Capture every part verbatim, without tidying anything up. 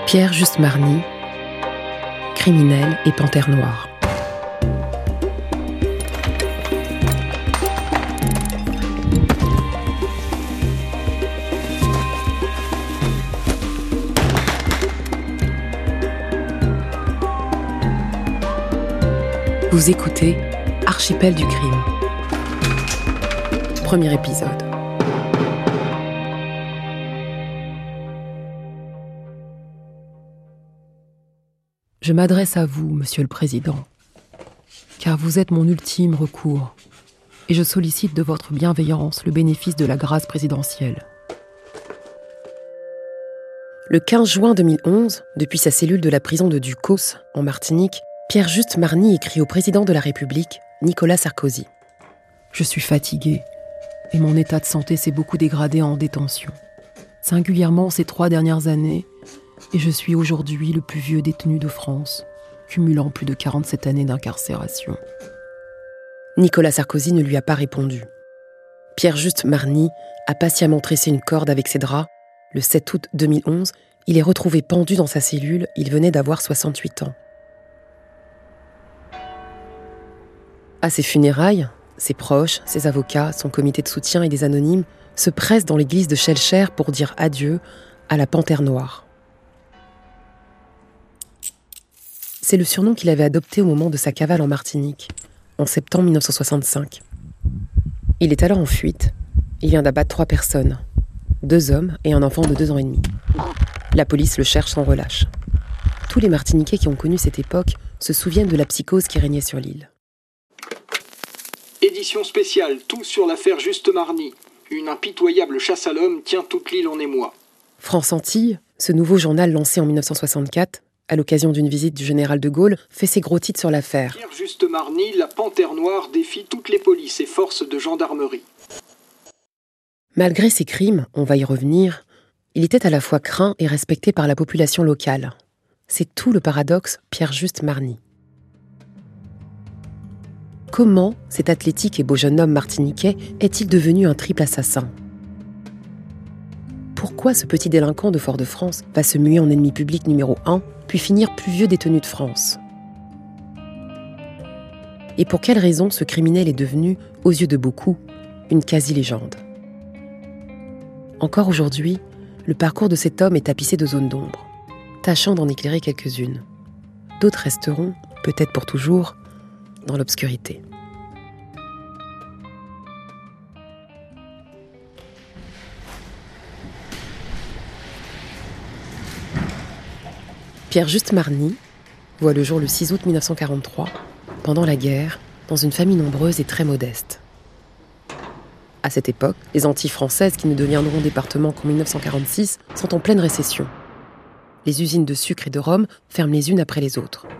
Pierre Juste Marny, criminel et panthère noire. Vous écoutez Archipel du crime. Premier épisode. Je m'adresse à vous, Monsieur le Président, car vous êtes mon ultime recours, et je sollicite de votre bienveillance le bénéfice de la grâce présidentielle. Le quinze juin deux mille onze, depuis sa cellule de la prison de Ducos, en Martinique, Pierre Juste Marny écrit au président de la République, Nicolas Sarkozy. Je suis fatigué, et mon état de santé s'est beaucoup dégradé en détention. Singulièrement ces trois dernières années, et je suis aujourd'hui le plus vieux détenu de France, cumulant plus de quarante-sept années d'incarcération. Nicolas Sarkozy ne lui a pas répondu. Pierre Juste Marny a patiemment tressé une corde avec ses draps. Le sept août deux mille onze, il est retrouvé pendu dans sa cellule, il venait d'avoir soixante-huit ans. À ses funérailles, ses proches, ses avocats, son comité de soutien et des anonymes se pressent dans l'église de Schellcher pour dire adieu à la panthère noire. C'est le surnom qu'il avait adopté au moment de sa cavale en Martinique, en septembre mille neuf cent soixante-cinq. Il est alors en fuite. Il vient d'abattre trois personnes, deux hommes et un enfant de deux ans et demi. La police le cherche sans relâche. Tous les Martiniquais qui ont connu cette époque se souviennent de la psychose qui régnait sur l'île. Édition spéciale, tout sur l'affaire Juste Marny. Une impitoyable chasse à l'homme tient toute l'île en émoi. France Antilles, ce nouveau journal lancé en mille neuf cent soixante-quatre, à l'occasion d'une visite du général de Gaulle, fait ses gros titres sur l'affaire. Pierre Juste Marny, la panthère noire défie toutes les polices et forces de gendarmerie. Malgré ses crimes, on va y revenir, il était à la fois craint et respecté par la population locale. C'est tout le paradoxe Pierre Juste Marny. Comment cet athlétique et beau jeune homme martiniquais est-il devenu un triple assassin ? Pourquoi ce petit délinquant de Fort-de-France va se muer en ennemi public numéro un, puis finir plus vieux détenu de France ? Et pour quelle raison ce criminel est devenu, aux yeux de beaucoup, une quasi-légende ? Encore aujourd'hui, le parcours de cet homme est tapissé de zones d'ombre, tâchant d'en éclairer quelques-unes. D'autres resteront, peut-être pour toujours, dans l'obscurité. Pierre Juste Marny voit le jour le six août mille neuf cent quarante-trois, pendant la guerre, dans une famille nombreuse et très modeste. À cette époque, les Antilles françaises, qui ne deviendront département qu'en mille neuf cent quarante-six, sont en pleine récession. Les usines de sucre et de rhum ferment les unes après les autres.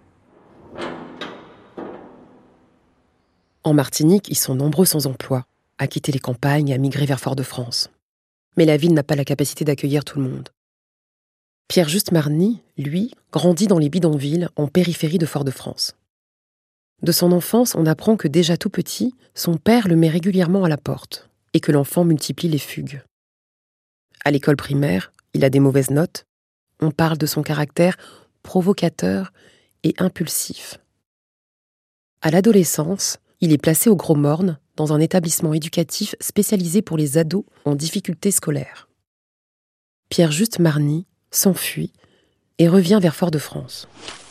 En Martinique, ils sont nombreux sans emploi, à quitter les campagnes et à migrer vers Fort-de-France. Mais la ville n'a pas la capacité d'accueillir tout le monde. Pierre Juste Marny, lui, grandit dans les bidonvilles en périphérie de Fort-de-France. De son enfance, on apprend que déjà tout petit, son père le met régulièrement à la porte et que l'enfant multiplie les fugues. À l'école primaire, il a des mauvaises notes. On parle de son caractère provocateur et impulsif. À l'adolescence, il est placé au Gros Morne, dans un établissement éducatif spécialisé pour les ados en difficulté scolaire. Pierre Juste Marny s'enfuit et revient vers Fort-de-France.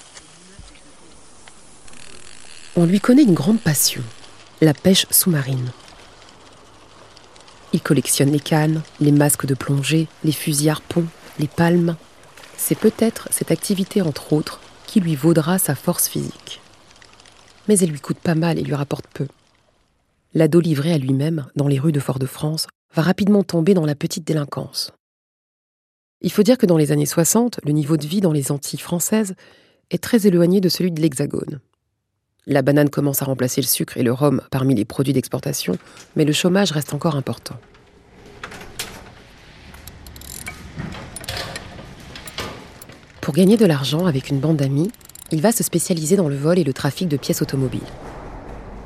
On lui connaît une grande passion, la pêche sous-marine. Il collectionne les cannes, les masques de plongée, les fusils harpons, les palmes. C'est peut-être cette activité, entre autres, qui lui vaudra sa force physique. Mais elle lui coûte pas mal et lui rapporte peu. L'ado livré à lui-même, dans les rues de Fort-de-France, va rapidement tomber dans la petite délinquance. Il faut dire que dans les années soixante, le niveau de vie dans les Antilles françaises est très éloigné de celui de l'Hexagone. La banane commence à remplacer le sucre et le rhum parmi les produits d'exportation, mais le chômage reste encore important. Pour gagner de l'argent avec une bande d'amis, il va se spécialiser dans le vol et le trafic de pièces automobiles.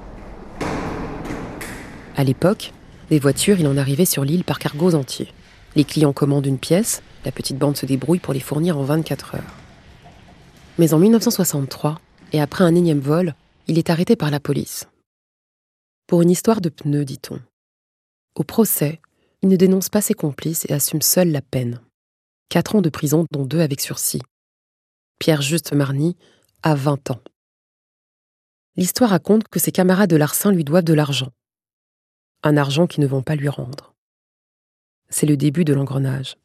À l'époque, des voitures, il en arrivait sur l'île par cargos entiers. Les clients commandent une pièce, la petite bande se débrouille pour les fournir en vingt-quatre heures. Mais en dix-neuf cent soixante-trois, et après un énième vol, il est arrêté par la police. Pour une histoire de pneus, dit-on. Au procès, il ne dénonce pas ses complices et assume seul la peine. Quatre ans de prison, dont deux avec sursis. Pierre-Juste Marny a vingt ans. L'histoire raconte que ses camarades de larcin lui doivent de l'argent. Un argent qu'ils ne vont pas lui rendre. C'est le début de l'engrenage.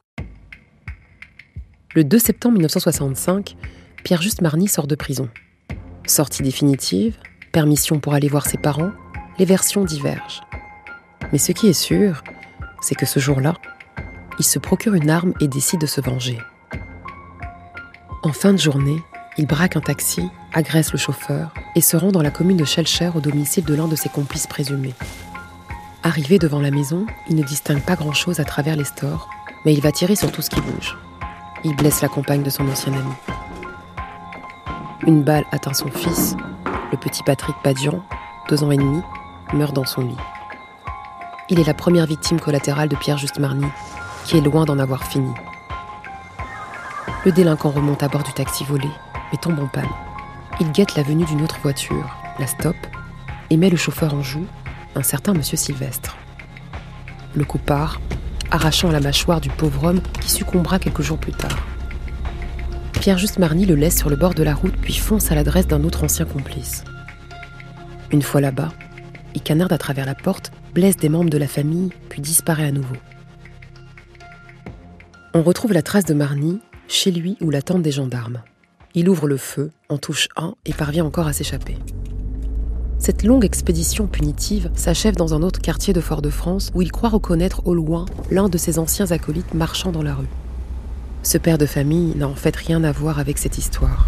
Le deux septembre mille neuf cent soixante-cinq, Pierre-Juste Marny sort de prison. Sortie définitive, permission pour aller voir ses parents, les versions divergent. Mais ce qui est sûr, c'est que ce jour-là, il se procure une arme et décide de se venger. En fin de journée, il braque un taxi, agresse le chauffeur et se rend dans la commune de Schœlcher au domicile de l'un de ses complices présumés. Arrivé devant la maison, il ne distingue pas grand-chose à travers les stores, mais il va tirer sur tout ce qui bouge. Il blesse la compagne de son ancien ami. Une balle atteint son fils, le petit Patrick Badian, deux ans et demi, meurt dans son lit. Il est la première victime collatérale de Pierre-Juste Marny, qui est loin d'en avoir fini. Le délinquant remonte à bord du taxi volé, mais tombe en panne. Il guette la venue d'une autre voiture, la stoppe, et met le chauffeur en joue, un certain monsieur Sylvestre. Le coup part, arrachant la mâchoire du pauvre homme qui succombera quelques jours plus tard. Pierre-Juste Marny le laisse sur le bord de la route puis fonce à l'adresse d'un autre ancien complice. Une fois là-bas, il canarde à travers la porte, blesse des membres de la famille, puis disparaît à nouveau. On retrouve la trace de Marny chez lui où l'attendent des gendarmes. Il ouvre le feu, en touche un et parvient encore à s'échapper. Cette longue expédition punitive s'achève dans un autre quartier de Fort-de-France où il croit reconnaître au loin l'un de ses anciens acolytes marchant dans la rue. Ce père de famille n'a en fait rien à voir avec cette histoire.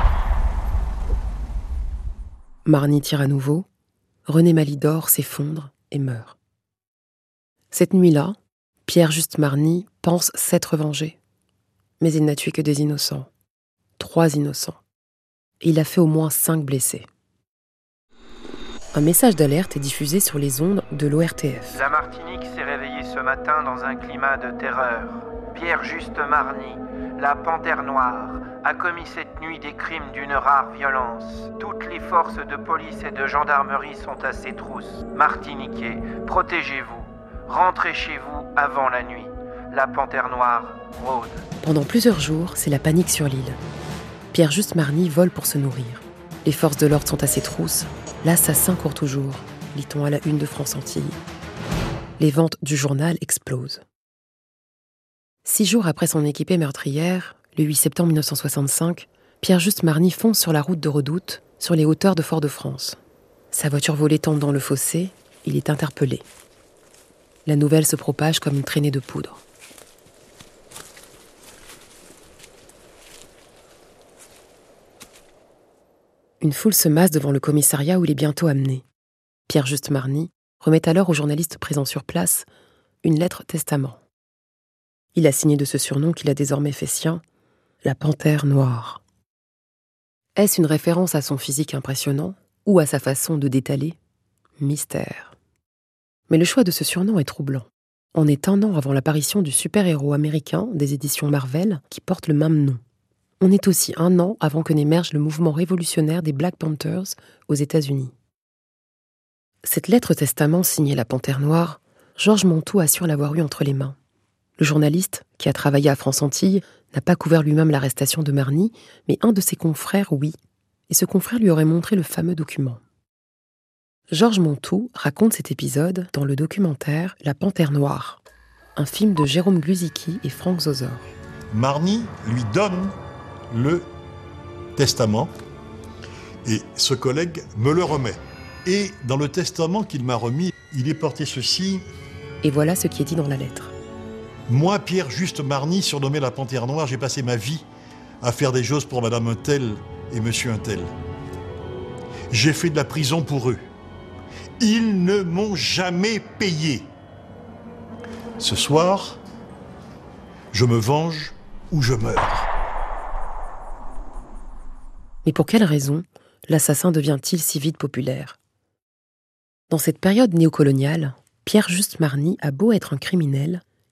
Marny tire à nouveau, René Malidor s'effondre et meurt. Cette nuit-là, Pierre-Juste Marny pense s'être vengé. Mais il n'a tué que des innocents. Trois innocents. Et il a fait au moins cinq blessés. Un message d'alerte est diffusé sur les ondes de l'O R T F. La Martinique s'est réveillée ce matin dans un climat de terreur. Pierre-Juste Marny, la panthère noire, a commis cette nuit des crimes d'une rare violence. Toutes les forces de police et de gendarmerie sont à ses trousses. Martiniquais, protégez-vous. Rentrez chez vous avant la nuit. La panthère noire rôde. Pendant plusieurs jours, c'est la panique sur l'île. Pierre-Juste Marny vole pour se nourrir. Les forces de l'ordre sont à ses trousses. L'assassin court toujours, lit-on à la une de France Antilles. Les ventes du journal explosent. Six jours après son équipée meurtrière, le huit septembre mille neuf cent soixante-cinq, Pierre-Juste Marny fonce sur la route de Redoute, sur les hauteurs de Fort-de-France. Sa voiture volée tombe dans le fossé, il est interpellé. La nouvelle se propage comme une traînée de poudre. Une foule se masse devant le commissariat où il est bientôt amené. Pierre-Juste Marny remet alors aux journalistes présents sur place une lettre testament. Il a signé de ce surnom qu'il a désormais fait sien, la panthère noire. Est-ce une référence à son physique impressionnant ou à sa façon de détaler ? Mystère. Mais le choix de ce surnom est troublant. On est un an avant l'apparition du super-héros américain des éditions Marvel qui porte le même nom. On est aussi un an avant que n'émerge le mouvement révolutionnaire des Black Panthers aux États-Unis. Cette lettre testament signée la Panthère Noire, Georges Monteau assure l'avoir eue entre les mains. Le journaliste, qui a travaillé à France Antilles, n'a pas couvert lui-même l'arrestation de Marny, mais un de ses confrères, oui, et ce confrère lui aurait montré le fameux document. Georges Monteau raconte cet épisode dans le documentaire La Panthère Noire, un film de Jérôme Glusicki et Franck Zozor. Marny lui donne le testament et ce collègue me le remet. Et dans le testament qu'il m'a remis, il est porté ceci. Et voilà ce qui est dit dans la lettre. Moi, Pierre-Juste Marny, surnommé la Panthère Noire, j'ai passé ma vie à faire des choses pour madame un tel et monsieur un tel. J'ai fait de la prison pour eux. Ils ne m'ont jamais payé. Ce soir, je me venge ou je meurs. Mais pour quelle raison l'assassin devient-il si vite populaire ? Dans cette période néocoloniale, Pierre-Juste Marny a beau être un criminel,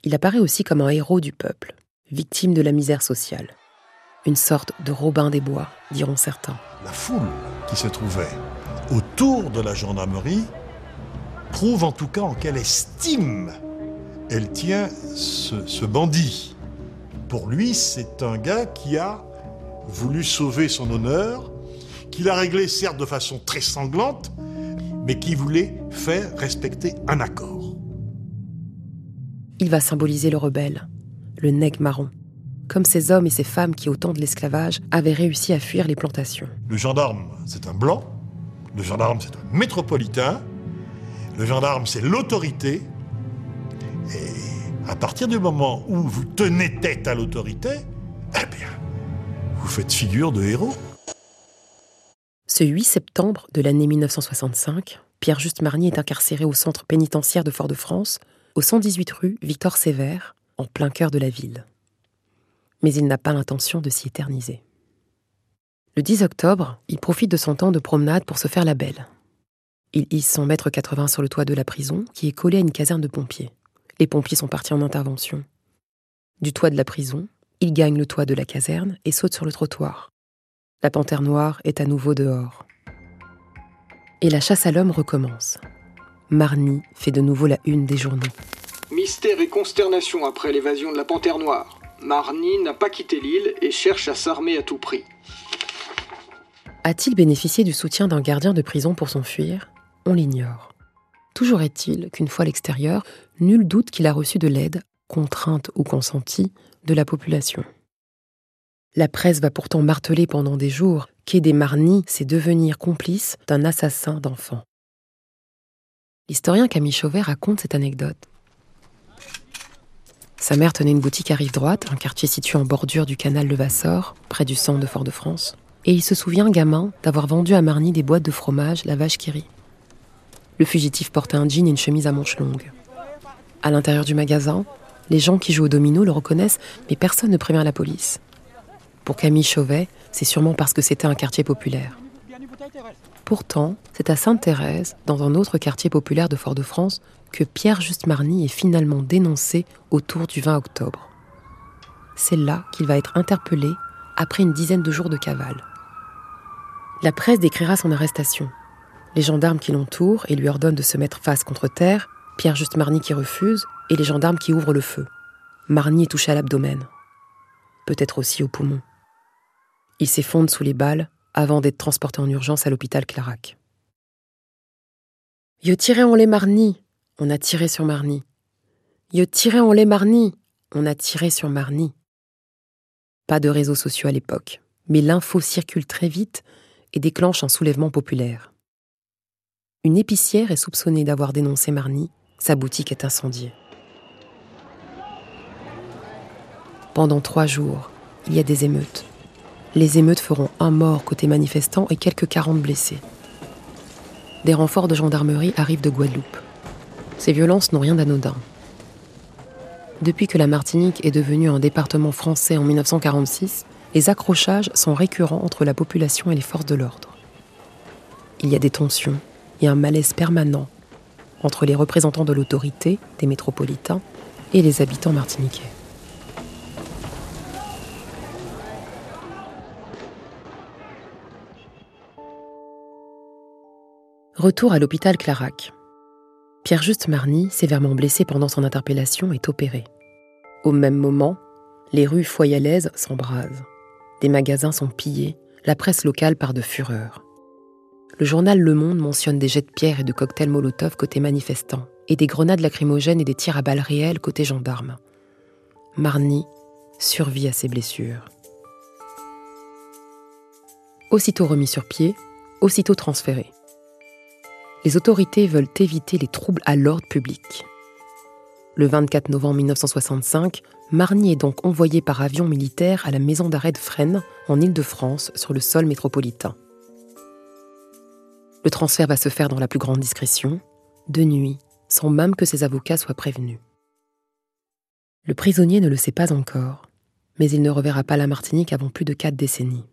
il apparaît aussi comme un héros du peuple, victime de la misère sociale. Une sorte de Robin des Bois, diront certains. La foule qui se trouvait autour de la gendarmerie prouve en tout cas en quelle estime elle tient ce, ce bandit. Pour lui, c'est un gars qui a voulu sauver son honneur, qu'il a réglé certes de façon très sanglante, mais qui voulait faire respecter un accord. Il va symboliser le rebelle, le nègre marron, comme ces hommes et ces femmes qui, au temps de l'esclavage, avaient réussi à fuir les plantations. Le gendarme, c'est un blanc. Le gendarme, c'est un métropolitain. Le gendarme, c'est l'autorité. Et à partir du moment où vous tenez tête à l'autorité, eh bien, vous faites figure de héros. Ce huit septembre de l'année mille neuf cent soixante-cinq, Pierre-Juste Marny est incarcéré au centre pénitentiaire de Fort-de-France, au cent dix-huit rue Victor Sévère, en plein cœur de la ville. Mais il n'a pas l'intention de s'y éterniser. Le dix octobre, il profite de son temps de promenade pour se faire la belle. Il hisse son mètre quatre-vingts sur le toit de la prison, qui est collé à une caserne de pompiers. Les pompiers sont partis en intervention. Du toit de la prison, il gagne le toit de la caserne et saute sur le trottoir. La panthère noire est à nouveau dehors. Et la chasse à l'homme recommence. Marny fait de nouveau la une des journaux. Mystère et consternation après l'évasion de la panthère noire. Marny n'a pas quitté l'île et cherche à s'armer à tout prix. A-t-il bénéficié du soutien d'un gardien de prison pour s'enfuir ? On l'ignore. Toujours est-il qu'une fois à l'extérieur, nul doute qu'il a reçu de l'aide, contrainte ou consentie, de la population. La presse va pourtant marteler pendant des jours qu'aider Marny, c'est devenir complice d'un assassin d'enfants. L'historien Camille Chauvet raconte cette anecdote. Sa mère tenait une boutique à Rive-Droite, un quartier situé en bordure du canal Levasseur, près du centre de Fort-de-France, et il se souvient, gamin, d'avoir vendu à Marny des boîtes de fromage, la vache qui rit. Le fugitif portait un jean et une chemise à manches longues. À l'intérieur du magasin, les gens qui jouent au domino le reconnaissent, mais personne ne prévient la police. Pour Camille Chauvet, c'est sûrement parce que c'était un quartier populaire. Pourtant, c'est à Sainte-Thérèse, dans un autre quartier populaire de Fort-de-France, que Pierre-Juste Marny est finalement dénoncé autour du vingt octobre. C'est là qu'il va être interpellé après une dizaine de jours de cavale. La presse décrira son arrestation. Les gendarmes qui l'entourent et lui ordonnent de se mettre face contre terre, Pierre-Juste Marny qui refuse, et les gendarmes qui ouvrent le feu. Marny est touché à l'abdomen. Peut-être aussi au poumon. Il s'effondre sous les balles avant d'être transporté en urgence à l'hôpital Clarac. « Yo tiré en les Marny !» On a tiré sur Marny. « Yo tiré en les Marny !» On a tiré sur Marny. Pas de réseaux sociaux à l'époque, mais l'info circule très vite et déclenche un soulèvement populaire. Une épicière est soupçonnée d'avoir dénoncé Marny, sa boutique est incendiée. Pendant trois jours, il y a des émeutes. Les émeutes feront un mort côté manifestants et quelques quarante blessés. Des renforts de gendarmerie arrivent de Guadeloupe. Ces violences n'ont rien d'anodin. Depuis que la Martinique est devenue un département français en mille neuf cent quarante-six, les accrochages sont récurrents entre la population et les forces de l'ordre. Il y a des tensions et un malaise permanent entre les représentants de l'autorité, des métropolitains, et les habitants martiniquais. Retour à l'hôpital Clarac. Pierre-Juste Marny, sévèrement blessé pendant son interpellation, est opéré. Au même moment, les rues Foyalaises s'embrasent. Des magasins sont pillés, la presse locale part de fureur. Le journal Le Monde mentionne des jets de pierre et de cocktails Molotov côté manifestants, et des grenades lacrymogènes et des tirs à balles réelles côté gendarmes. Marny survit à ses blessures. Aussitôt remis sur pied, aussitôt transféré. Les autorités veulent éviter les troubles à l'ordre public. Le vingt-quatre novembre mille neuf cent soixante-cinq, Marny est donc envoyé par avion militaire à la maison d'arrêt de Fresnes, en Île-de-France, sur le sol métropolitain. Le transfert va se faire dans la plus grande discrétion, de nuit, sans même que ses avocats soient prévenus. Le prisonnier ne le sait pas encore, mais il ne reverra pas la Martinique avant plus de quatre décennies.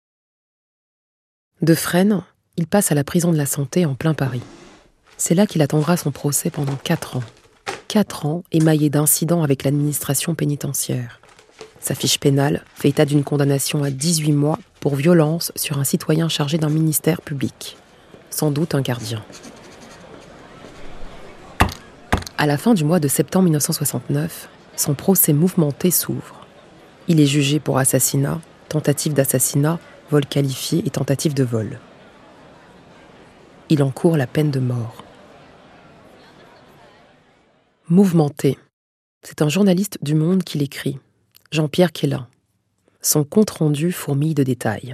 De Fresnes, il passe à la prison de la Santé en plein Paris. C'est là qu'il attendra son procès pendant quatre ans. quatre ans émaillés d'incidents avec l'administration pénitentiaire. Sa fiche pénale fait état d'une condamnation à dix-huit mois pour violence sur un citoyen chargé d'un ministère public, sans doute un gardien. À la fin du mois de septembre mille neuf cent soixante-neuf, son procès mouvementé s'ouvre. Il est jugé pour assassinat, tentative d'assassinat, vol qualifié et tentative de vol. Il encourt la peine de mort. Mouvementé. C'est un journaliste du Monde qui l'écrit, Jean-Pierre Quélin. Son compte-rendu fourmille de détails.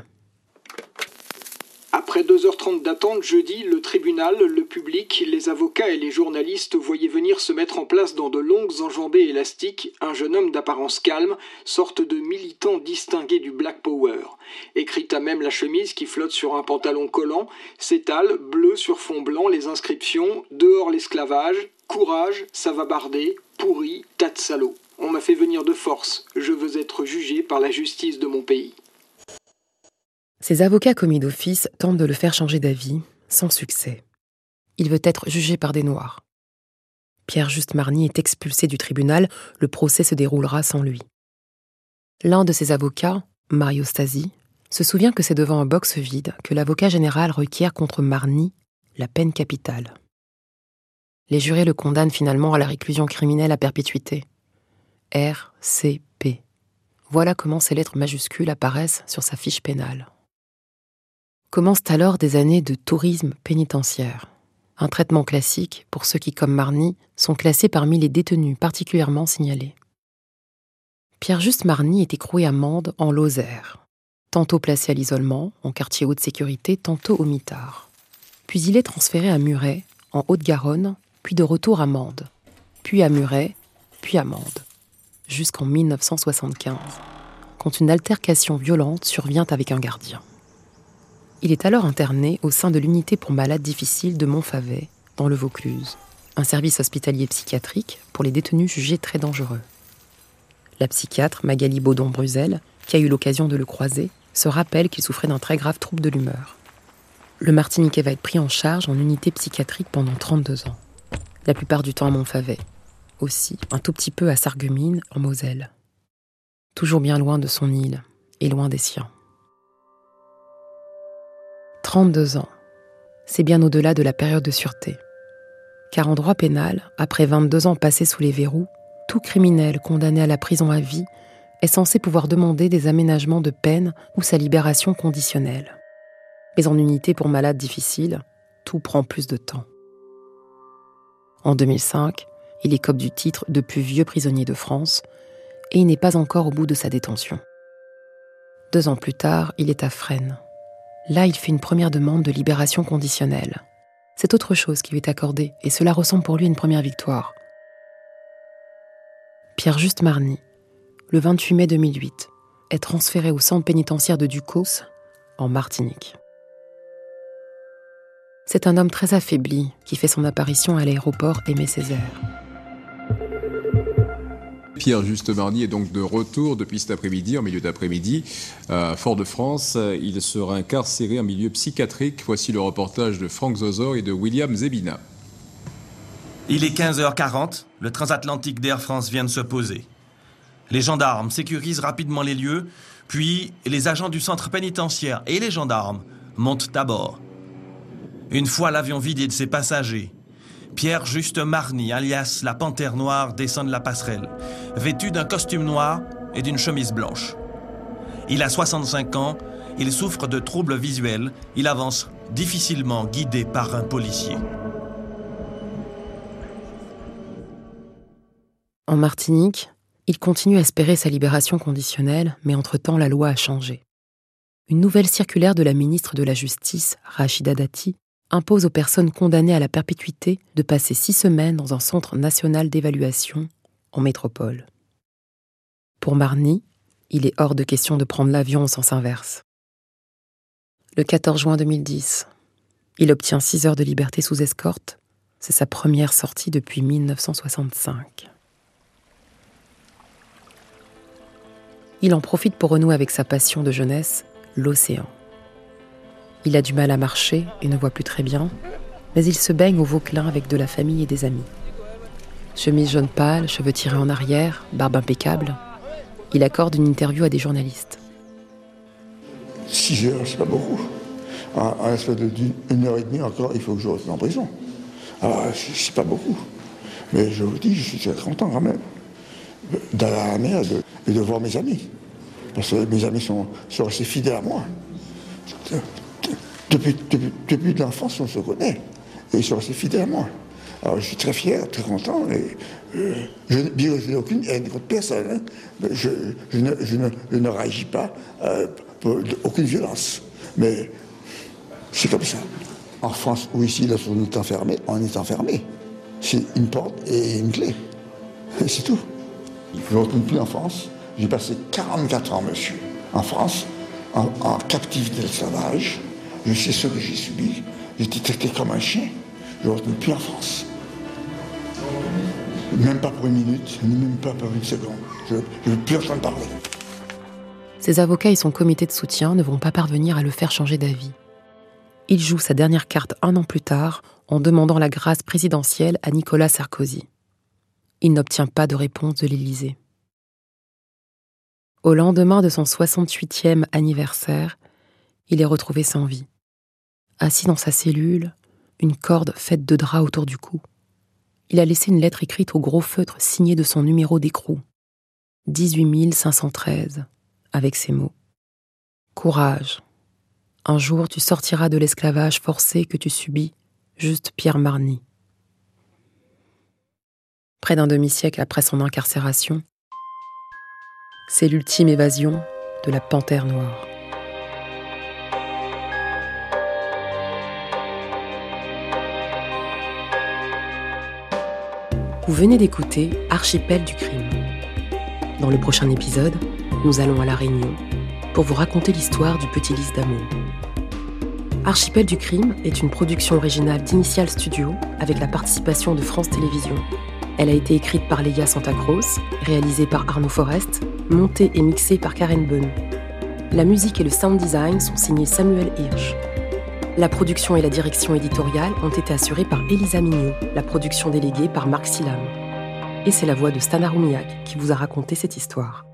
Après deux heures trente d'attente jeudi, le tribunal, le public, les avocats et les journalistes voyaient venir se mettre en place dans de longues enjambées élastiques un jeune homme d'apparence calme, sorte de militant distingué du Black Power. Écrite à même la chemise qui flotte sur un pantalon collant, s'étalent, bleu sur fond blanc, les inscriptions « Dehors l'esclavage »,« Courage, ça va barder »,« Pourri, tas de salauds ». On m'a fait venir de force, je veux être jugé par la justice de mon pays. Ses avocats commis d'office tentent de le faire changer d'avis, sans succès. Il veut être jugé par des Noirs. Pierre-Juste Marny est expulsé du tribunal, le procès se déroulera sans lui. L'un de ses avocats, Mario Stasi, se souvient que c'est devant un box vide que l'avocat général requiert contre Marny la peine capitale. Les jurés le condamnent finalement à la réclusion criminelle à perpétuité. R C P. Voilà comment ces lettres majuscules apparaissent sur sa fiche pénale. Commencent alors des années de tourisme pénitentiaire. Un traitement classique pour ceux qui, comme Marny, sont classés parmi les détenus particulièrement signalés. Pierre-Juste Marny est écroué à Mende, en Lozère. Tantôt placé à l'isolement, en quartier haute sécurité, tantôt au mitard. Puis il est transféré à Muret, en Haute-Garonne, puis de retour à Mende. Puis à Muret, puis à Mende. Jusqu'en mille neuf cent soixante-quinze, quand une altercation violente survient avec un gardien. Il est alors interné au sein de l'unité pour malades difficiles de Montfavet, dans le Vaucluse, un service hospitalier psychiatrique pour les détenus jugés très dangereux. La psychiatre Magali Baudon-Bruzel, qui a eu l'occasion de le croiser, se rappelle qu'il souffrait d'un très grave trouble de l'humeur. Le Martiniquais va être pris en charge en unité psychiatrique pendant trente-deux ans. La plupart du temps à Montfavet. Aussi, un tout petit peu à Sarreguemines, en Moselle. Toujours bien loin de son île et loin des siens. trente-deux ans, c'est bien au-delà de la période de sûreté. Car en droit pénal, après vingt-deux ans passés sous les verrous, tout criminel condamné à la prison à vie est censé pouvoir demander des aménagements de peine ou sa libération conditionnelle. Mais en unité pour malades difficiles, tout prend plus de temps. En deux mille cinq, il écope du titre de plus vieux prisonnier de France et il n'est pas encore au bout de sa détention. Deux ans plus tard, il est à Fresnes. Là, il fait une première demande de libération conditionnelle. C'est autre chose qui lui est accordée, et cela ressemble pour lui à une première victoire. Pierre-Juste Marny, le vingt-huit mai deux mille huit, est transféré au centre pénitentiaire de Ducos, en Martinique. C'est un homme très affaibli qui fait son apparition à l'aéroport Aimé Césaire. Pierre-Juste Marny est donc de retour depuis cet après-midi, en milieu d'après-midi, à Fort-de-France. Il sera incarcéré en milieu psychiatrique. Voici le reportage de Franck Zozor et de William Zebina. Il est quinze heures quarante, le transatlantique d'Air France vient de se poser. Les gendarmes sécurisent rapidement les lieux, puis les agents du centre pénitentiaire et les gendarmes montent à bord. Une fois l'avion vidé de ses passagers, Pierre-Juste Marny, alias la Panthère Noire, descend de la passerelle, vêtu d'un costume noir et d'une chemise blanche. Il a soixante-cinq ans, il souffre de troubles visuels, il avance difficilement guidé par un policier. En Martinique, il continue à espérer sa libération conditionnelle, mais entre-temps, la loi a changé. Une nouvelle circulaire de la ministre de la Justice, Rachida Dati, impose aux personnes condamnées à la perpétuité de passer six semaines dans un centre national d'évaluation en métropole. Pour Marny, il est hors de question de prendre l'avion en sens inverse. Le quatorze juin deux mille dix, il obtient six heures de liberté sous escorte. C'est sa première sortie depuis mille neuf cent soixante-cinq. Il en profite pour renouer avec sa passion de jeunesse, l'océan. Il a du mal à marcher et ne voit plus très bien, mais il se baigne au Vauclin avec de la famille et des amis. Chemise jaune pâle, cheveux tirés en arrière, barbe impeccable. Il accorde une interview à des journalistes. Six heures, c'est pas beaucoup. À, à l'espace d'une heure et demie encore, il faut que je reste en prison. Alors, c'est pas beaucoup. Mais je vous dis, je suis très content quand même d'aller à la mer et de voir mes amis. Parce que mes amis sont, sont restés fidèles à moi. Depuis, depuis, depuis l'enfance, on se connaît. Et ils sont restés fidèles à moi. Alors, je suis très fier, très content. Et, euh, je, je n'ai aucune haine contre personne. Hein. Je, je, ne, je, ne, je ne réagis pas euh, pour aucune violence. Mais c'est comme ça. En France ou ici, lorsqu'on est enfermé, on est enfermé. C'est une porte et une clé. Et c'est tout. Je ne retourne plus en France. J'ai passé quarante-quatre ans, monsieur, en France, en, en captivité d'esclavage. Je sais ce que j'ai subi. J'ai été traité comme un chien. Je ne retourne plus en France. Même pas pour une minute, ni même pas pour une seconde. Je ne veux plus entendre parler. Ses avocats et son comité de soutien ne vont pas parvenir à le faire changer d'avis. Il joue sa dernière carte un an plus tard en demandant la grâce présidentielle à Nicolas Sarkozy. Il n'obtient pas de réponse de l'Élysée. Au lendemain de son soixante-huitième anniversaire, il est retrouvé sans vie. Assis dans sa cellule, une corde faite de drap autour du cou. Il a laissé une lettre écrite au gros feutre signée de son numéro d'écrou. dix-huit mille cinq cent treize, avec ces mots. « Courage. Un jour, tu sortiras de l'esclavage forcé que tu subis, juste Pierre Marny. » Près d'un demi-siècle après son incarcération, c'est l'ultime évasion de la Panthère Noire. Vous venez d'écouter Archipel du crime. Dans le prochain épisode, nous allons à La Réunion pour vous raconter l'histoire du Petit Lys d'amour. Archipel du crime est une production originale d'Initial Studio avec la participation de France Télévisions. Elle a été écrite par Léa Santacros, réalisée par Arnaud Forest, montée et mixée par Karen Bunn. La musique et le sound design sont signés Samuel Hirsch. La production et la direction éditoriale ont été assurées par Elisa Mignot, la production déléguée par Marc Silam. Et c'est la voix de Stana Roumiak qui vous a raconté cette histoire.